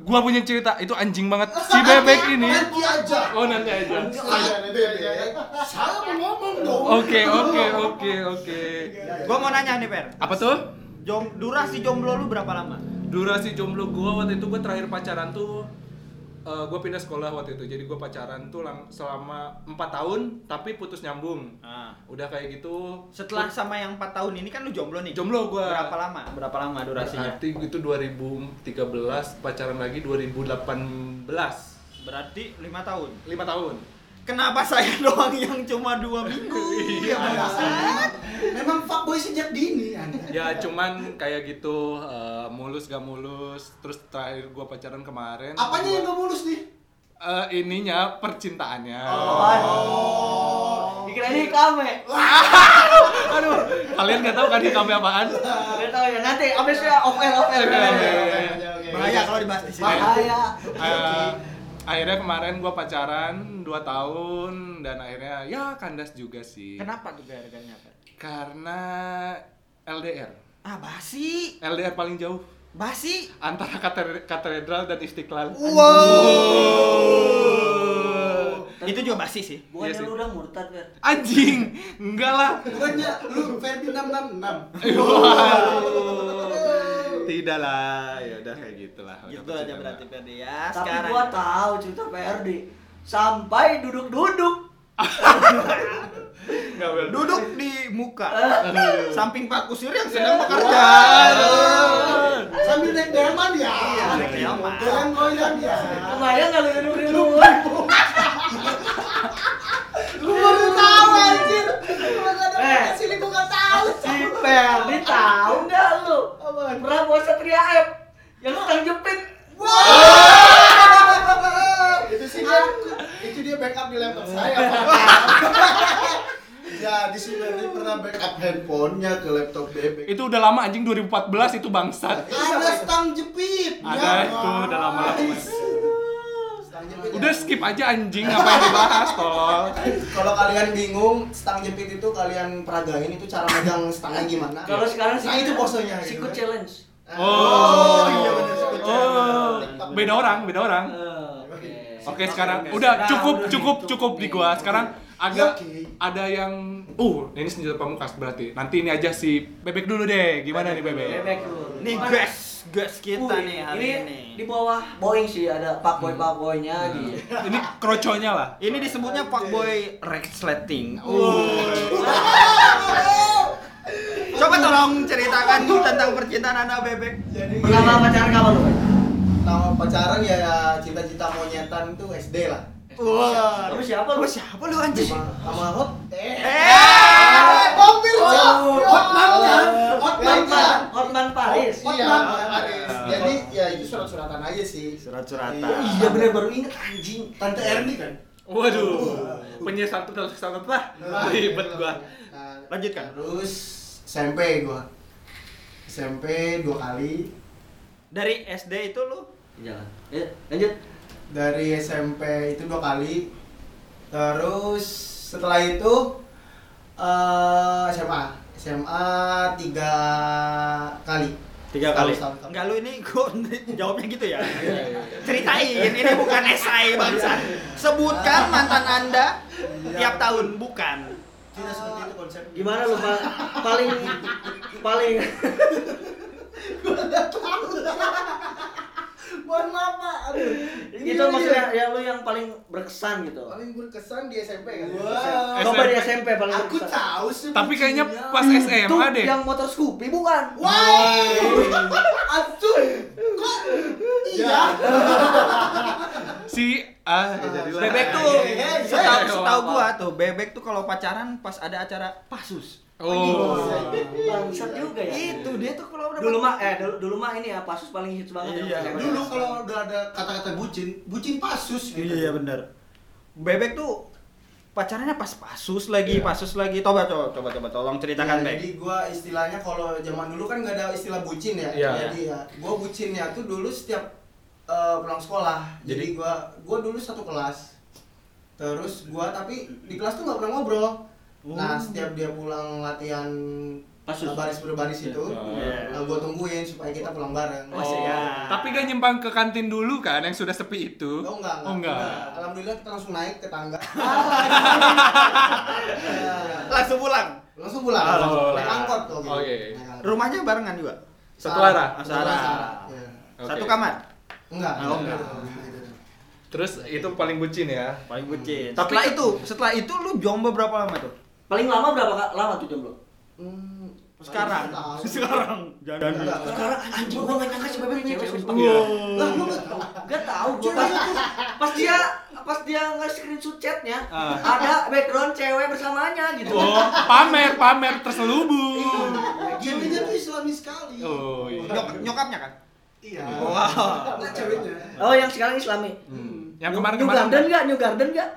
Gua punya cerita, itu anjing banget. Si Bebek ini. Nanti aja. Oh, nanti aja. Saya mau ngomong dong. Oke. Gua mau nanya nih, Per. Apa tuh? Durasi jomblo lu berapa lama? Durasi jomblo gua waktu itu gua terakhir pacaran tuh gua pindah sekolah waktu itu. Jadi gua pacaran tuh selama 4 tahun tapi putus nyambung. Udah kayak gitu. Setelah sama yang 4 tahun ini kan lu jomblo nih. Jomblo gua. Berapa lama durasinya? Berarti itu 2013, pacaran lagi 2018. Berarti 5 tahun. 5 tahun. Kenapa saya doang yang cuma 2 minggu? Iya, Memang fuckboy sejak dini Anda. Ya cuman kayak gitu, mulus gak mulus. Terus terakhir gua pacaran kemarin. Apanya yang gak mulus nih? Ininya percintaannya. Dikira kame. Aduh, kalian nggak tahu kan di kami apaan? Nggak tahu ya, nanti abisnya off air. Bahaya kalau dibahas di sini. Bahaya. Akhirnya kemarin gua pacaran 2 tahun dan akhirnya ya kandas juga sih. Kenapa tuh gara-garanya, Per? Karena LDR. Basi. LDR paling jauh Basi. antara katedral dan Istiqlal. Itu juga basi sih. Bukannya Iya sih. lu udah murtad, Fer? Anjing, enggak lah. Bukannya lu Ferdi 666. Tidak lah, ya udah kayak gitulah. Udah Gitu aja percintaan. berarti, Per ya. Tapi Sekarang gua tahu cerita PRD. Sampai duduk-duduk. Enggak boleh. duduk di muka samping Pak Kusir yang sedang bekerja. Sambil naik delman ya. Iya, naik delman. Goyang-goyang ya. Kebayang nggak lu duduk di luar? Lu baru tahu anjir. Lu enggak ada sini gua enggak tahu. Si Ferdi tahu nggak lu? Apaan? Pernah bawa Satria F yang tukang jepit. Itu dia backup di laptop saya. Ya, di sini Ferdi pernah backup handphonenya ke laptop Bebek. Itu udah lama anjing, 2014 itu bangsat. Ada stang jepit. Ada itu udah lama. Stang jepit. Udah skip aja anjing, ngapain dibahas tolol. Kalau kalian bingung stang jepit itu kalian peragain itu cara megang stangnya gimana? Kalau sekarang Nah, itu posenya. Sikut gitu. challenge. Oh, iya benar sikut. Beda orang. Oke, sekarang udah cukup di gua. Sekarang ada yang ini senjata pamungkas berarti. Nanti ini aja si Bebek dulu deh. Gimana nih Bebek? Bebek dulu. Nih gas kita nih hari ini. Di bawah Boeing sih ada pakboy-pakboynya gitu. Ini kroconya lah. Ini disebutnya fuckboy resleting. Coba tolong ceritakan tentang percintaan Anda, Bebek. Jadi Pertama pacaran kapan lu? pertama pacaran ya cita-cita monyetan itu SD lah. Wah, Lu siapa lu? siapa lu anjing? Sama Hot. Mobil Hotman Paris. Iya, Paris. Jadi ya itu surat-suratan aja sih. Surat-suratan. Iya bener baru inget anjing. Tante Erni kan. Waduh. Punya satu lah. Ribet gua. Lanjutkan. Terus SMP gua. SMP 2 kali. Dari SD itu lu? Jalan. Lanjut. Dari SMP itu 2 kali. Terus setelah itu SMA 3 kali. 3 kali. Setahun. Enggak, lu ini gua jawabnya gitu ya. Ceritain, ini bukan esai bangsat. Sebutkan mantan Anda tiap tahun, bukan. Tidak seperti itu konsepnya. Gimana lu paling Gua enggak tahu. Mohon maaf, Pak. Aduh. itu maksudnya ya lu yang paling berkesan gitu. Paling berkesan di SMP kan. Coba di SMP paling Aku berkesan. tahu sih. Tapi kayaknya pas Itu SMA deh. yang motor Scoopy bukan? Wah. Aduh. Kok iya. Bebek tuh Iya. setahu gua tuh, Bebek tuh kalau pacaran pas ada acara Pasus. Bangsat juga ya. Itu dia tuh kalau udah Dulu mah ini ya Pasus paling hits banget. Iya. ya. Dulu kalau udah ada kata-kata bucin Pasus gitu. Iya benar. Bebek tuh pacarannya pas Pasus lagi. Coba tolong ceritakan, Bek. Jadi gua istilahnya kalau zaman dulu kan nggak ada istilah bucin ya. Iya. Jadi ya, gua bucinnya tuh dulu setiap pulang sekolah. Jadi gua dulu satu kelas. Terus gua tapi di kelas tuh nggak pernah ngobrol. Nah, setiap dia pulang latihan baris berbaris itu. Gue tungguin supaya kita pulang bareng. Tapi gak nyimpang ke kantin dulu kan yang sudah sepi itu? Enggak. Alhamdulillah kita langsung naik ke tangga. Langsung pulang. Naik angkot tuh gitu. Rumahnya barengan juga. Satu arah. Satu kamar. Enggak. Terus itu paling bucin ya? Paling bucin. Tapi Setelah itu lu jomblo berapa lama tuh? Paling lama berapa lama tuh jomblo? Sekarang. Sekarang anjing gua enggak nyangka si Bebek cewek sumpah. Lah lu enggak tahu. Gua pas dia nge-screenshot chatnya ada background cewek bersamanya gitu. Pamer terselubung. Ceweknya tuh Islami sekali. Oh iya. Nyokapnya kan? Iya. Wow. Nah, ceweknya. Oh, yang sekarang Islami. Yang kemarin New Garden enggak?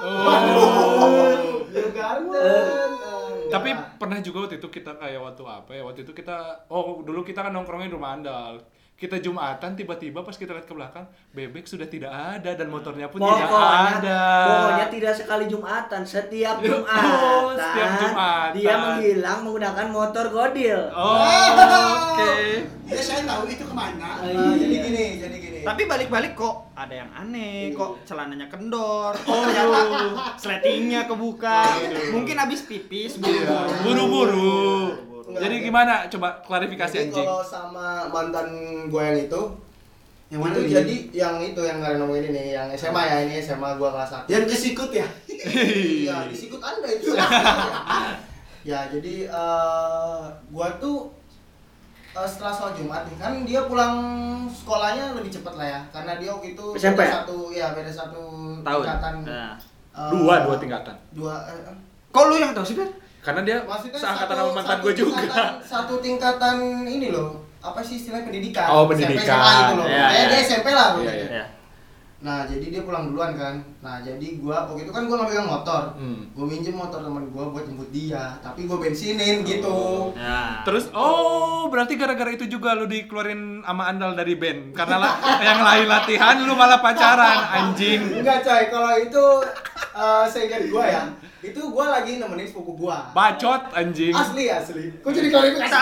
New Garden. Tapi pernah juga waktu itu kita kayak waktu itu kita dulu kita kan nongkrongin rumah Andal. Kita Jumatan tiba-tiba pas kita lihat ke belakang Bebek sudah tidak ada dan motornya pun tidak ada. Pokoknya tidak sekali Jumatan, setiap Jumatan. Setiap Jumatan. Dia menghilang menggunakan motor Godil. Oke. Ya saya tahu itu kemana. Jadi gini. Tapi balik-balik kok ada yang aneh, kok celananya kendor, ternyata sletingnya kebuka. Mungkin habis pipis buru-buru. Jadi gimana? Coba klarifikasi anjing. Kalau sama mantan gue yang itu, yang mana itu nih? jadi yang itu yang kalian ngomongin ini, yang SMA ya, ini SMA gue kelas 1. Yang kesikut ya? Iya, disikut Anda itu. Ya, jadi gue tuh setelah sholat Jumat nih, kan dia pulang sekolahnya lebih cepat lah ya, karena dia waktu itu SMP? beda satu tahun. tingkatan. Dua tingkatan. Kok lu yang tahu sih, Ben? Karena dia Maksudnya seangkatan sama mantan gue juga. Satu tingkatan ini loh, apa sih istilahnya pendidikan? Oh, pendidikan. SMP, SMA gitu loh. Iya. Dia SMP lah. Iya. Nah, jadi dia pulang duluan kan. Nah, jadi gua waktu itu kan gua nggak pegang motor. Gua minjem motor teman gua buat jemput dia, tapi gua bensinin gitu. Ya. Terus berarti gara-gara itu juga lu dikeluarin sama Andal dari band. Karena yang lain latihan lu malah pacaran, anjing. Enggak, coy. Kalau itu seingat gua ya, itu gua lagi nemenin sepupu gua. Bacot anjing. Asli. Kok jadi klarifikasi?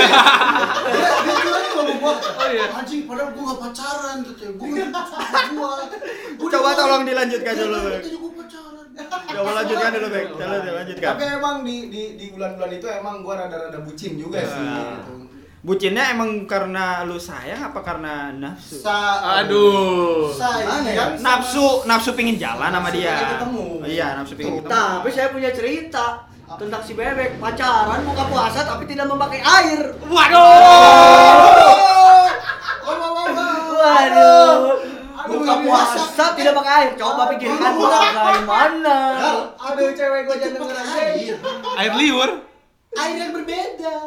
Dia bilang sama gua, anjing padahal gua enggak pacaran gitu. Gua gua. Coba tolong dilanjutkan dulu, Bek. Gua pacaran. Coba lanjutkan dulu, Bek. Coba lanjutkan. Tapi emang di bulan-bulan itu emang gua rada-rada bucin juga sih gitu. Bucinnya emang karena lu sayang apa karena nafsu? Aduh. Sayang. Nafsu pingin jalan sama dia. Pengen ketemu. Iya, nafsu pingin ketemu. Tapi saya punya cerita tentang si Bebek pacaran buka puasa tapi tidak memakai air. Waduh. Buka puasa tidak pakai air. Coba pikirkan bagaimana. Aduh, cewek gua jangan denger air. Air liur. Air yang berbeda.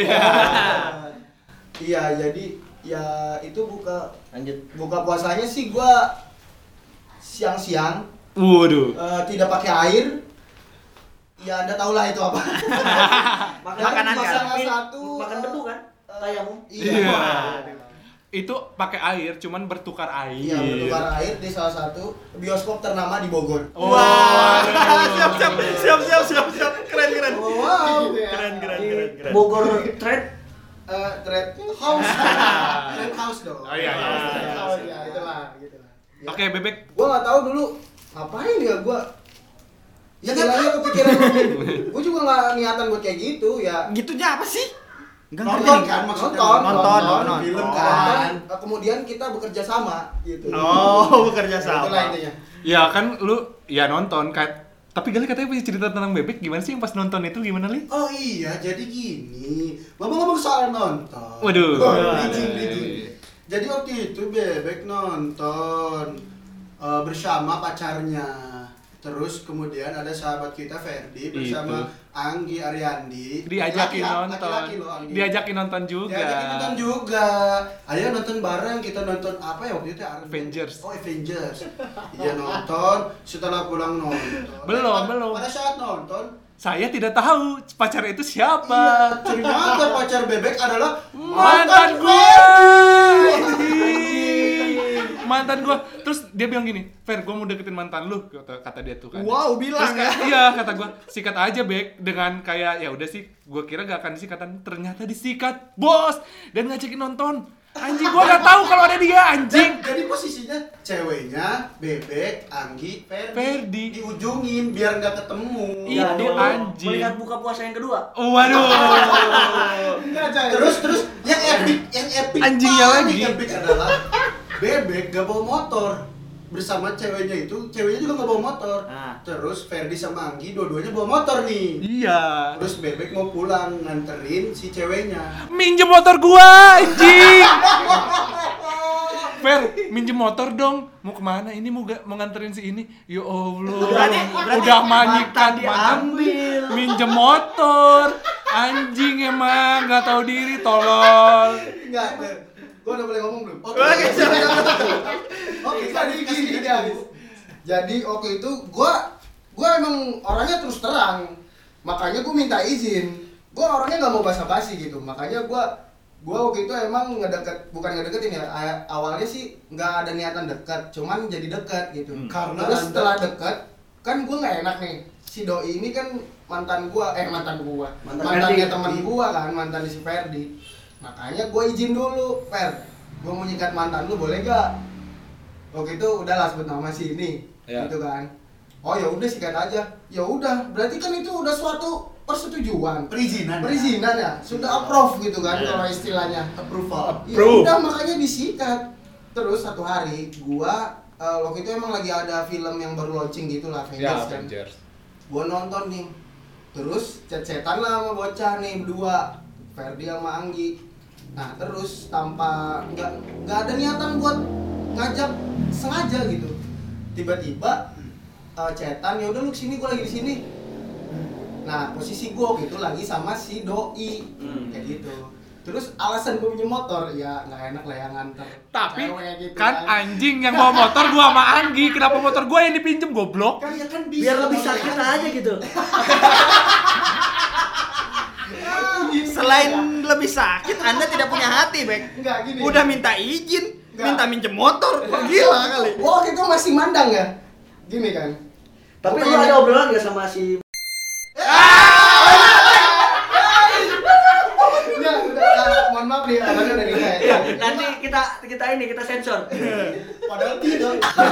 Iya, jadi ya itu buka puasanya sih gua siang-siang. Waduh. Tidak pakai air. Ya Anda tahu lah itu apa. Makanan kan? Makan bedu kan? Tayamum. Iya. Itu pakai air, cuman bertukar air. Iya, bertukar air di salah satu bioskop ternama di Bogor. Wah, siap. Keren. Wow. Keren. Bogor Trade Trade House. Trade House dong. Oh iya. Trade House ya, itulah. Ya. Oke, Bebek. Gua nggak tahu dulu ngapain ya gua. Ya istilahnya kepikiran. Gua juga nggak niatan buat kayak gitu ya. Gitunya apa sih? Nonton kan maksudnya. Nonton. Film kan. Kemudian kita bekerja sama gitu. Oh, bekerja sama. Itulah intinya. Ya kan lu ya nonton kan. Tapi Gali katanya punya cerita tentang Bebek, gimana sih yang pas nonton itu gimana, Li? Oh iya, jadi gini. Ngomong-ngomong soal nonton. Waduh. Bridging. Jadi waktu itu Bebek nonton bersama pacarnya. Terus kemudian ada sahabat kita Ferdi bersama Anggi Ariandi. Diajakin nonton. Laki-laki loh, Anggi. Diajakin nonton juga. Diajakin nonton juga. Ayo nonton bareng, kita nonton apa ya waktu itu? Avengers. Oh, Avengers. Iya nonton, setelah pulang nonton. Belum. Pada saat nonton, Saya tidak tahu pacar itu siapa. iya, ternyata pacar Bebek adalah Mantan gue. mantan gua. Terus dia bilang gini, "Fer, gua mau deketin mantan lu," kata dia tuh kan. Wow, bilang ya. Iya, kata gua, "Sikat aja, Bek." Dengan kayak ya udah sih, gua kira gak akan disikatan, ternyata disikat, Bos. Dan ngajakin nonton. Anjing, gua gak tahu kalau ada dia, anjing. Jadi posisinya ceweknya Bebek, Anggi, Ferdi diujungin biar nggak ketemu. Itu anjing. Melihat buka puasa yang kedua. Waduh. Terus yang epic Anjingnya paling lagi. epic adalah Bebek gak bawa motor bersama ceweknya itu, ceweknya juga gak bawa motor. Nah. Terus Ferdi sama Anggi dua-duanya bawa motor nih. Iya. Terus Bebek mau pulang nganterin si ceweknya. Minjem motor gua, anjing. Fer, minjem motor dong. Mau kemana? Ini mau nganterin si ini. Ya Allah. Berarti udah manyikan diambil. minjem motor. Anjing emang nggak tahu diri, tolol. Enggak, gua udah boleh ngomong belum? Oke, Oke, jadi gini guys. Jadi waktu itu gua emang orangnya terus terang. Makanya gua minta izin. Gua orangnya nggak mau basa-basi gitu. Makanya gua waktu itu emang bukan ngedeketin ya. Awalnya sih nggak ada niatan dekat, cuman jadi dekat gitu. Karena terus setelah dekat, kan gua nggak enak nih. Si doi ini kan mantannya teman gua kan, mantan si Ferdi. Makanya gue izin dulu, Fer, gue mau nyikat mantan lu boleh gak? Waktu itu udahlah sebut nama si ini, gitu kan. Oh ya udah sikat aja. Ya udah, berarti kan itu udah suatu persetujuan. perizinan ya, sudah approve gitu kan kalau istilahnya. approval. Ya udah makanya disikat. Terus satu hari gua waktu itu emang lagi ada film yang baru launching gitu lah, Avengers. Gua nonton nih. Terus chat-chatan lah sama bocah nih berdua, Ferdi sama Anggi. Nah terus tanpa nggak ada niatan buat ngajak sengaja gitu. Tiba-tiba chatan, ya udah lu kesini, gua lagi di sini. Nah posisi gua gitu lagi sama si doi, kayak gitu. Terus alasan gue pinjem motor, ya nggak enak lah yang nganter. Tapi gitu kan anjing yang bawa motor gua sama Anggi, kenapa motor gua yang dipinjem, goblok? Kan ya kan bisa. Biar lebih sakit aja gitu. Selain lebih sakit, Anda tidak punya hati, Bek. Enggak gini. Udah minta izin, Enggak. minta minjem motor. Gila kali. Gua waktu itu masih mandang ya. Gini kan. Tapi Gua lu pengen- ada obrolan gak sama si Ya, mohon maaf nih, orangnya udah nikah ya. Iya, nanti kita sensor. Padahal tidak.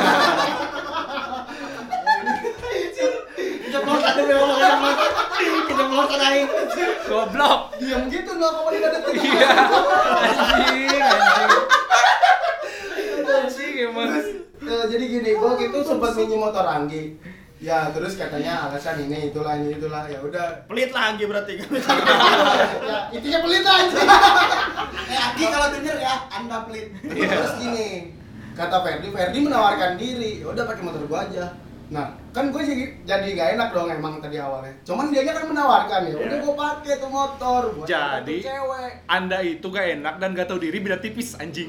Keceplosan aing. Goblok. Diam gitu 0,5 detik. Iya. Anjing emang. Jadi gini, gua gitu sempat minjem motor Anggi. Ya, terus katanya alasan ini itulah. Ya udah. Pelit lah Anggi berarti. Ya, intinya pelit aja. Anggi kalau denger ya, Anda pelit. Terus gini, kata Ferdi menawarkan diri. Ya udah pakai motor gua aja. Nah, kan gue jadi nggak enak dong emang tadi awalnya. Cuman dianya kan menawarkan ya. Udah gue pakai tuh motor buat Jadi cewek. Anda itu gak enak dan gak tahu diri, beda tipis, anjing.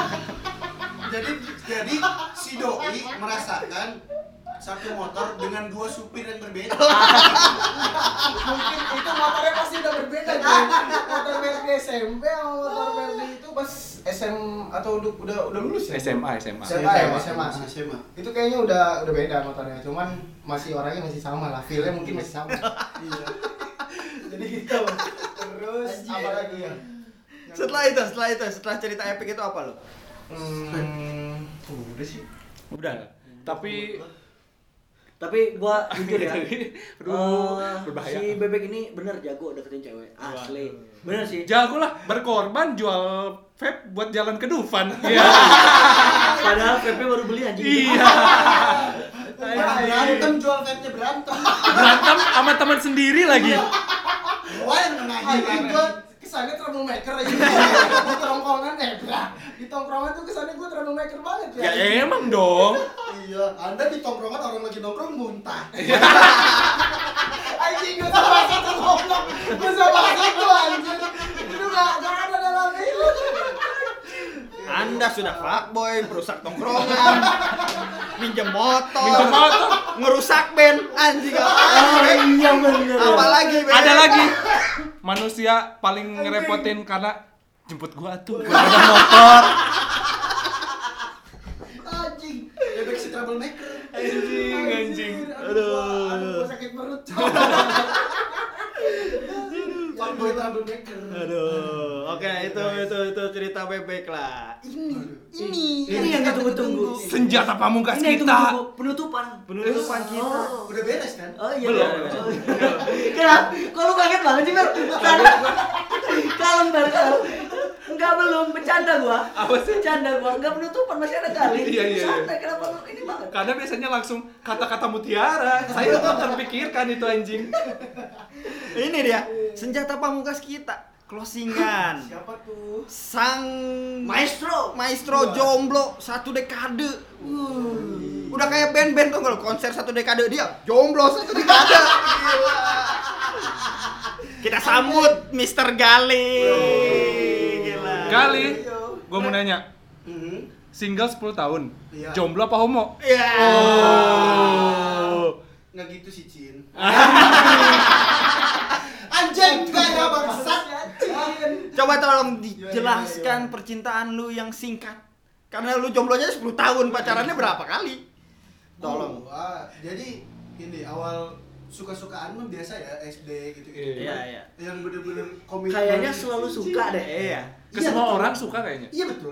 Jadi si doi merasakan satu motor dengan dua supir yang berbeda. Mungkin itu motornya pasti udah berbeda kan. Motor Ferdi SMP sama motor Ferdi itu pas SM atau udah lulus ya? SMA. SMA. Itu kayaknya udah beda motornya. Cuman masih orangnya masih sama lah. Feel-nya mungkin masih sama. Iya. Jadi gitu. Terus apa lagi ya? Setelah cerita epic itu apa lo? Udah sih. Udah. Tapi gua jujur ya. Aduh, berbahaya. Si Bebek ini bener jago deketin cewek. Asli. Bener sih. Jago lah, berkorban jual vape buat jalan ke Dufan. Iya. Padahal Pepe baru beli anjing. Iya. Berantem jual vape-nya berantem. Berantem sama teman sendiri lagi. Gua yang nengahin. Anjing gua kesannya troublemaker aja. Di tongkrongan di tongkrongan tuh kesannya gua troublemaker banget ya. Ya emang dong. Iya, Anda di tongkrongan orang lagi nongkrong muntah. Anjing gua usah bahas itu goblok. Gua usah bahas itu anjing. Itu enggak ada dalam itu. Anda sudah fuckboy, merusak tongkrongan, minjem motor, ngerusak band, anjing apa? Iya bener. Apalagi band? Ada lagi. Manusia paling ngerepotin karena jemput gua tuh, gua ada motor. troublemaker. Anjing. Aduh, sakit perut. Fuckboy troublemaker. Aduh, oke itu cerita bebek lah. Ini yang ditunggu-tunggu. Senjata pamungkas Ini yang kita. ditunggu-tunggu. Penutupan kita. Udah beres kan? Oh iya. Belum. Kenapa? Kok lu kaget banget sih, Mer? Kalem banget. Enggak belum, bercanda gua. Apa sih? Bercanda gua, enggak penutupan, masih ada kali. Iya. Santai, kenapa lu ini banget? Karena biasanya langsung kata-kata mutiara. Saya tuh terpikirkan itu anjing. Ini dia senjata pamungkas kita. Closingan. Siapa tuh? Sang Maestro jomblo 1 dekade. Udah kayak band-band tuh kalau konser 1 dekade dia jomblo 1 dekade. Gila. Kita sambut Mr. Gali. Gila. Kali, gua mau nanya. Single 10 tahun. Iya. Jomblo apa homo? Iya. Oh. Nggak gitu sih, Cin. Anjing, gaya bangsat. Coba tolong dijelaskan percintaan lu yang singkat. Karena lu jomblonya 10 tahun, pacarannya berapa kali? Tolong. Jadi ini awal suka-sukaan mah biasa ya, SD gitu-gitu. Iya. Yang bener-bener komitmen. Kayaknya selalu suka deh. Iya. Ke semua orang suka kayaknya. Iya betul.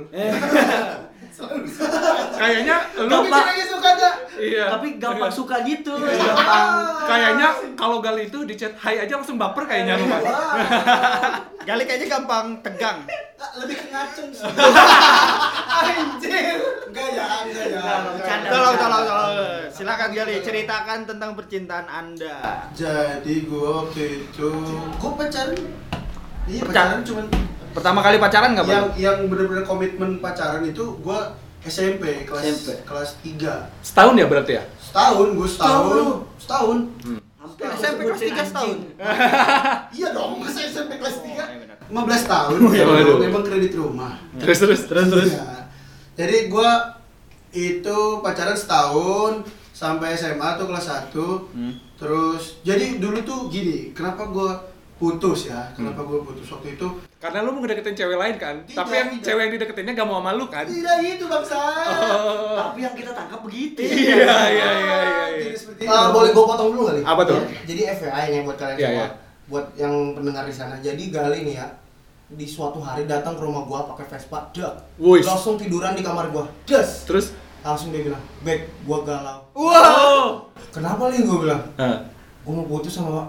Kayaknya lu Tapi ceweknya suka gak? iya. Tapi gampang suka gitu. Gampang. Kayaknya kalau Gali itu di chat hai aja langsung baper kayaknya lu, Pak. Gali kayaknya gampang tegang. Lebih ke ngaceng sih. Anjir. Enggak ya. Bercanda. Tolong. Silakan Gali ceritakan tentang percintaan Anda. Jadi gua waktu itu pacaran. Iya, pacaran cuman Pertama kali pacaran enggak, Bang? yang bener-bener komitmen pacaran itu gua SMP SMP. kelas 3. Setahun ya berarti ya? Setahun. Setahun. Hampir SMP kelas 3 setahun. Iya dong, masa SMP kelas 3? iya benar. 15 tahun. Waduh. Memang kredit rumah. Terus. Iya. Jadi gua itu pacaran setahun sampai SMA tuh kelas 1. Terus jadi dulu tuh gini, kenapa gua putus ya? Kenapa gua putus waktu itu? Karena lu mau ngedeketin cewek lain kan? Tidak, Tapi yang tidak. cewek yang dideketinnya gak mau sama lu kan? Tidak gitu bangsa. Tapi yang kita tangkap begitu. Iya. Jadi seperti itu. Boleh gue potong dulu kali? Apa tuh? Jadi FYI nih buat kalian Iya, semua, iya. buat yang pendengar di sana. Jadi Gali nih ya, di suatu hari datang ke rumah gua pakai Vespa, Wih. langsung tiduran di kamar gua, Terus? langsung dia bilang, "Bek, gua galau." Wow. Kenapa nih gua bilang? Hah. Gua mau putus sama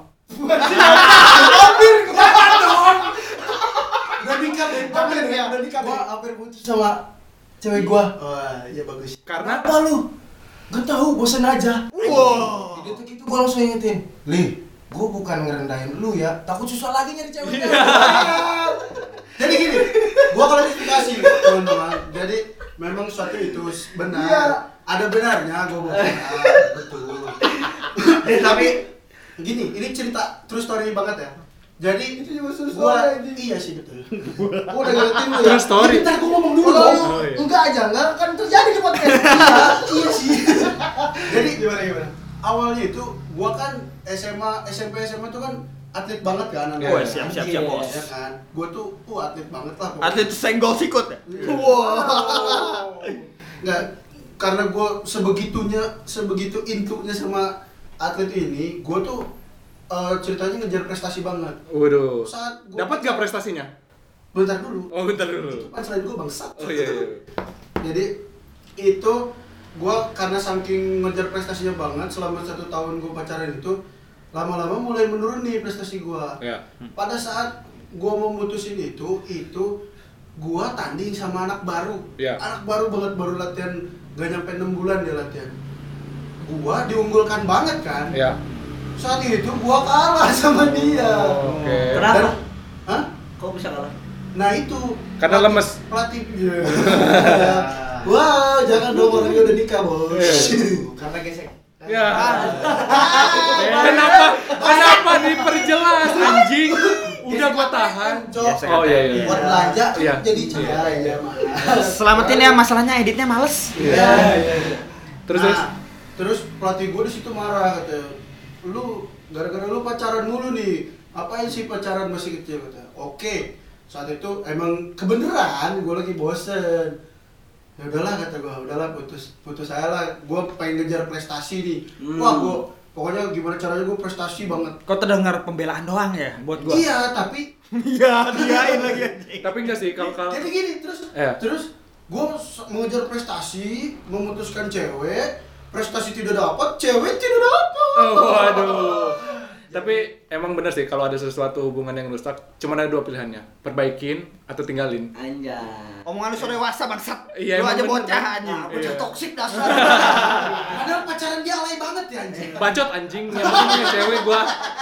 udah nikah. gua hampir putus sama cewek gua. Wah, iya bagus. Karena Apa lu? Gak tahu, bosen aja. Wow. Gitu gua langsung ingetin, "Li, gua bukan ngerendahin lu ya, takut susah lagi nyari ceweknya." Jadi gini, gua klarifikasi teman-teman. Jadi memang suatu itu benar. Iya. Ada benarnya gua benar, betul. Tapi gini, ini cerita true story banget ya. Jadi Itu juga true gua story, anjing. iya sih betul. Gua udah ngertiin lu ya. True story. Ya, bentar gua ngomong dulu dong. Oh, iya. Enggak aja, enggak akan terjadi di podcast. Iya sih. Jadi gimana? Awalnya itu gua kan SMP SMA tuh kan atlet banget kan anak. Wah, siap, Iya, bos. ya kan. Gua tuh atlet banget lah. pokoknya. Atlet senggol sikut ya? Wow. Nggak, karena gue sebegitu intunya sama atlet ini, gue tuh ceritanya ngejar prestasi banget. waduh. Saat gua Dapat gak prestasinya? Bentar dulu. Oh, bentar dulu. Kan selain gue bangsat. Oh iya. Jadi itu gue karena saking ngejar prestasinya banget selama 1 tahun gue pacaran itu, lama-lama mulai menurun nih prestasi gue. Ya. Pada saat gue mau mutusin itu gue tanding sama anak baru. Ya. Anak baru banget, baru latihan gak nyampe 6 bulan dia latihan. Gue diunggulkan banget kan. Ya. Saat itu gue kalah sama dia. Oke. Kenapa? Hah? Kok bisa kalah? Nah itu Karena lemes. Pelatih. Wah, jangan dong, orangnya udah nikah bos. Karena gesek. Ya. Kenapa diperjelas anjing? Udah gua tahan. Oh iya. Buat belanja Iya. jadi cerita ya. Selamatin ya, masalahnya editnya males. Iya. Terus pelatih gue di situ marah, katanya, lu gara-gara lu pacaran mulu nih, apain sih pacaran masih kecil, katanya. Oke, saat itu emang kebeneran gue lagi bosen. Ya udahlah kata gue, udahlah putus saya lah. Gue pengen ngejar prestasi nih. Wah gue pokoknya gimana caranya gue prestasi banget. Kau terdengar pembelaan doang ya buat gue? Iya tapi iya diain lagi anjing. Tapi enggak sih kalau jadi gini terus gue mengejar prestasi, memutuskan cewek, prestasi tidak dapat, cewek tidak dapat. Oh, waduh. Tapi emang bener sih kalau ada sesuatu hubungan yang rusak, cuma ada 2 pilihannya, perbaikin atau tinggalin. Anjay. Omongan lu sore dewasa bangsat. Iya, Lu emang aja bener, bocah kan? anjing. Bocah Iya. toksik dasar. Padahal pacaran dia alay banget ya anjing. Bacot anjing, yang penting punya cewek gua.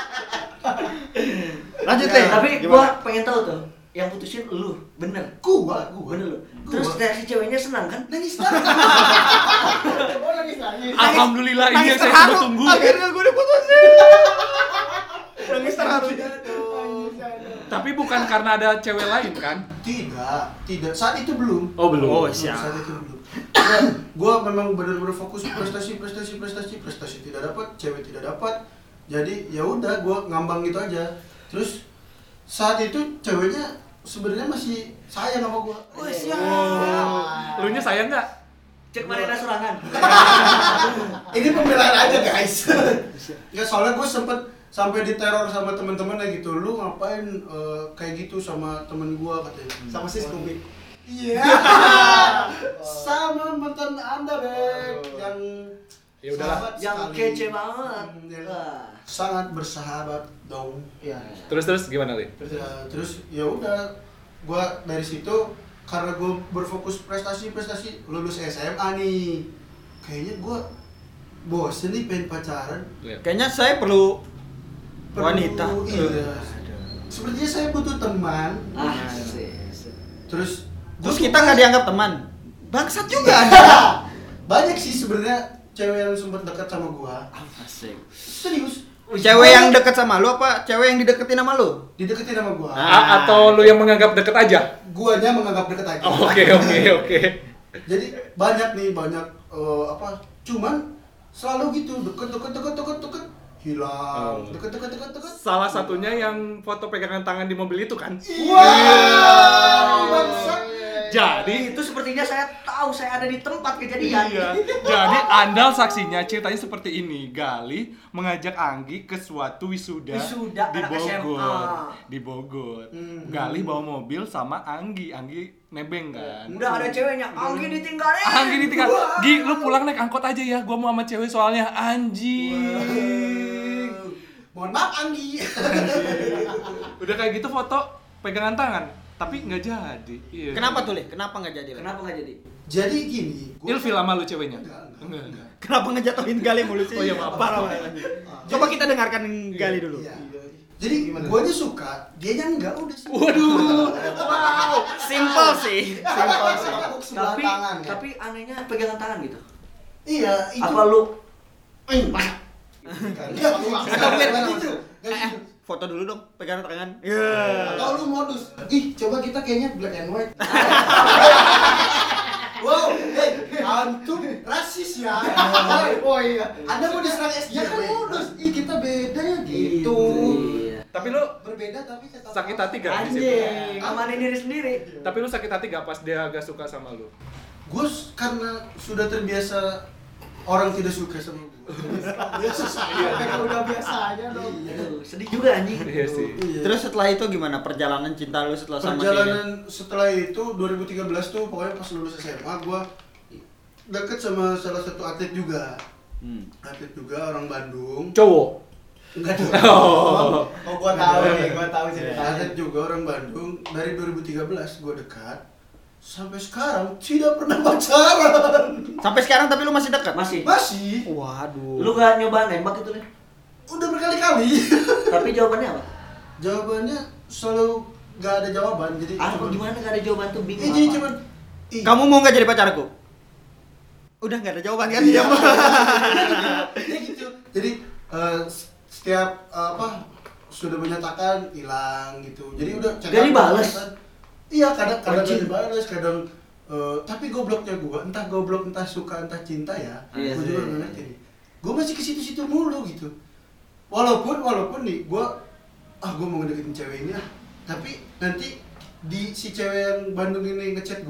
Lanjut Ya, deh. Tapi Gimana? gua pengen tahu tuh, yang putusin lu, bener. Gua. Bener lu. Terus reaksi ceweknya senang kan? Nangis lagi. Oh nangis. Alhamdulillah ini yang saya terharu. tunggu. Akhirnya gue diputusin. Nangis terharu. Tapi bukan karena ada cewek lain kan? Tidak. Saat itu belum. Oh, belum. Oh, Saat itu belum. Nah, gua memang benar-benar fokus prestasi tidak dapat, cewek tidak dapat. Jadi ya udah gua ngambang gitu aja. Terus saat itu ceweknya sebenarnya masih sayang sama gua. Oh, siap. Lu nya sayang nggak? Cek Marina Surangan. Ini pembelaan aja guys. Ya soalnya gua sempet sampai diteror sama teman-teman kayak gitu. Lu ngapain kayak gitu sama temen gua katanya. Sama si Scooby. Iya. Sama mantan Anda, Bek. Yang Ya udahlah. sahabat Yang sekali. kece banget. Yang Wah. sangat bersahabat dong. Ya. Terus gimana, Li? Terus ya udah gua dari situ karena gua berfokus prestasi lulus SMA nih. Kayaknya gua bosen nih pengen pacaran. Kayaknya saya perlu wanita. Iya. Sepertinya saya butuh teman. Ah, sih. Terus Kita nggak dianggap teman. Bangsat juga. banyak sih sebenarnya cewek yang sempat dekat sama gua. Asik. Serius. Cewek yang deket sama lu apa cewek yang dideketin sama lu? Dideketin sama gua. Atau lu yang menganggap deket aja? Guanya menganggap deket aja. Oke. Jadi banyak cuman selalu gitu deket hilang. Deket. Salah satunya yang foto pegangan tangan di mobil itu kan? Wow, bangsat. Jadi Itu sepertinya saya tahu, saya ada di tempat kejadian. iya. Jadi Andal saksinya ceritanya seperti ini. Gali mengajak Anggi ke suatu wisuda Wisuda di anak Bogor. SMA. Di Bogor. Gali bawa mobil sama Anggi. Anggi nebeng kan. Udah ada ceweknya, Anggi ditinggalin. Anggi ditinggal. Gi, lu pulang naik angkot aja ya. Gua mau sama cewek soalnya anjing. Mohon maaf Anggi. Udah kayak gitu foto pegangan tangan, tapi nggak jadi. Iya. Kenapa tuh, Le? Kenapa nggak jadi? Le? Kenapa nggak jadi? Jadi gini, Ilfil sama lu ceweknya? Enggak. Kenapa ngejatuhin Gali mulu sih? Oh iya, maaf. Parah banget. Coba kita dengarkan Gali dulu. Iya. Jadi guanya suka, dianya enggak udah sih. Waduh. Wow, simple sih. Tepuk sebelah Tapi tangan ya. tapi anehnya pegangan tangan gitu. Iya, itu. Apa lu? Enggak gitu. Foto dulu dong, pegangan tangan. Iya. Atau lu modus. Ih, coba kita kayaknya black and white. Wow, antum rasis ya. Oh iya. Anda mau diserang SJW. Ya kan modus. Ih, kita beda ya gitu. Iya. Tapi lu Berbeda tapi tetap sakit hati gak di situ? Anjing, amanin diri sendiri. Tapi lu sakit hati gak pas dia agak suka sama lu? Gue karena sudah terbiasa orang tidak suka sama gue. Kayak udah biasa aja dong. Aduh, sedih juga anjing. Iya sih. Terus setelah itu gimana perjalanan cinta lu setelah sama si ini? Perjalanan setelah itu 2013 tuh pokoknya pas lulus SMA gue deket sama salah satu atlet juga. Atlet juga orang Bandung. Cowok? Enggak dong. Oh. Gua tahu nih, gua tahu ceritanya. Atlet juga orang Bandung. Dari 2013 gue dekat. Sampai sekarang tidak pernah pacaran. Sampai sekarang tapi lu masih dekat? Masih. Masih. Waduh. Lu gak nyoba nembak itu nih? Udah berkali-kali. Tapi jawabannya apa? Jawabannya selalu gak ada jawaban. Jadi Aku gimana gak ada jawaban tuh bingung. jadi apa? cuman Kamu mau nggak jadi pacarku? Udah nggak ada jawaban kan? Iya. Ya gitu. Jadi setiap sudah menyatakan hilang gitu. Jadi udah Gak dibales? Iya, kadang Anjing. dibales, kadang tapi gobloknya gua, entah goblok, entah suka, entah cinta ya. Iya Gua sih. juga nggak ngerti nih. Gua masih ke situ-situ mulu gitu. Walaupun nih gua gua mau ngedeketin cewek ini ah. Tapi nanti si cewek yang Bandung ini ngechat gua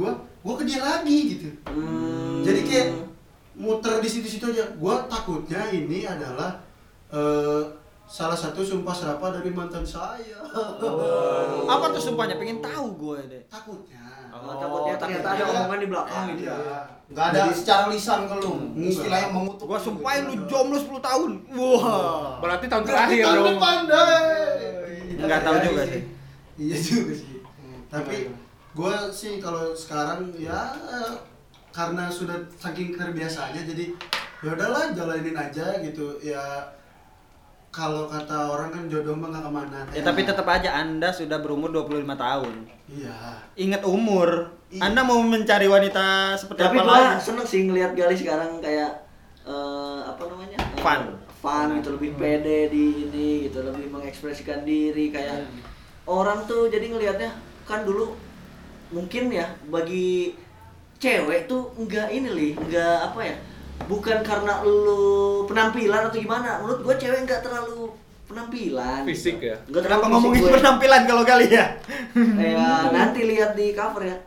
gue ke dia lagi gitu. Jadi kayak muter di situ-situ aja. Gue takutnya ini adalah salah satu sumpah serapah dari mantan saya. Apa tuh sumpahnya? Pengen tahu gue deh. Takutnya. Takutnya ternyata ada omongan di belakang gitu. Nggak ada secara lisan ke lu, istilahnya mengutuk. Gua sumpahin lu jomblo 10 tahun. Wah. Berarti tahun terakhir tahun dong. depan deh. Enggak tahu juga sih. Iya juga sih. Tapi gue sih kalau sekarang ya karena sudah saking terbiasanya jadi ya udahlah jalanin aja gitu ya. Kalau kata orang kan jodoh mah gak kemana. Ya tapi tetap aja Anda sudah berumur 25 tahun. Iya. Ingat umur. Iya. Anda mau mencari wanita seperti Tapi apa gua lagi? seneng sih ngelihat Gali sekarang kayak apa namanya? Fun gitu, lebih pede di ini gitu, lebih mengekspresikan diri kayak orang tuh jadi ngelihatnya kan dulu mungkin ya bagi cewek tuh enggak apa ya? Bukan karena lu penampilan atau gimana. Menurut gue cewek enggak terlalu penampilan. Fisik ya. Enggak Kenapa terlalu ngomongin fisik gue. penampilan kalau kali ya? Ya nanti lihat di cover ya.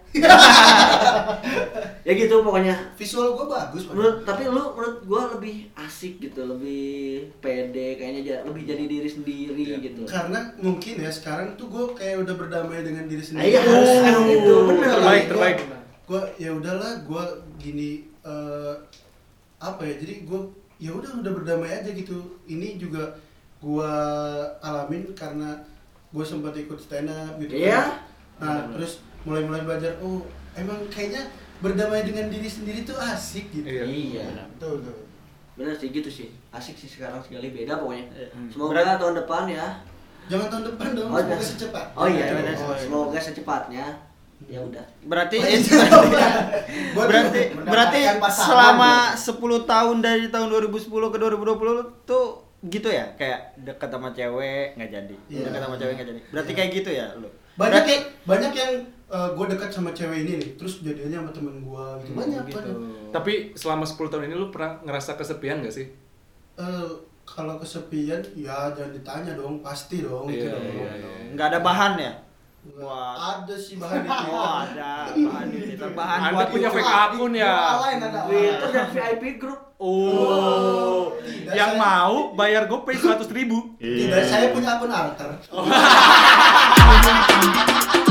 Ya gitu pokoknya. Visual gue bagus. Tapi menurut gue lebih asik gitu, lebih pede kayaknya lebih jadi diri sendiri gitu. Karena mungkin ya sekarang tuh gue kayak udah berdamai dengan diri sendiri. Iya harus emang gitu, bener. Terbaik. Gue ya udahlah gue gini apa ya, jadi gue ya udah berdamai aja gitu. Ini juga gue alamin karena gue sempat ikut stand up gitu. Iya. Nah terus mulai belajar, oh emang kayaknya berdamai dengan diri sendiri tuh asik gitu. Iya. Tuh. Bener sih gitu sih. Asik sih sekarang sekali beda pokoknya. Semoga tahun depan ya. Jangan tahun depan dong, Oh, semoga secepat. Oh iya, bener. semoga secepatnya. Ya udah. Berarti Berarti selama 10 tahun dari tahun 2010 ke 2020 tuh gitu ya, kayak deket sama cewek nggak jadi, Iya. deket sama cewek nggak jadi. Berarti kayak gitu ya lu. Banyak yang gue dekat sama cewek ini nih, terus jadinya sama temen gue gitu. Banyak. Tapi selama 10 tahun ini lu pernah ngerasa kesepian gak sih? Kalau kesepian ya jangan ditanya dong, pasti dong gitu dong. Nggak ada bahan ya? Wah, ada sih bahan itu. Oh ada bahan di Twitter, bahan Anda buat punya YouTube. fake akun ya? Twitter dan VIP group. Oh, Tidak, yang saya- mau bayar GoPay 100.000. Tidak, saya punya akun alter.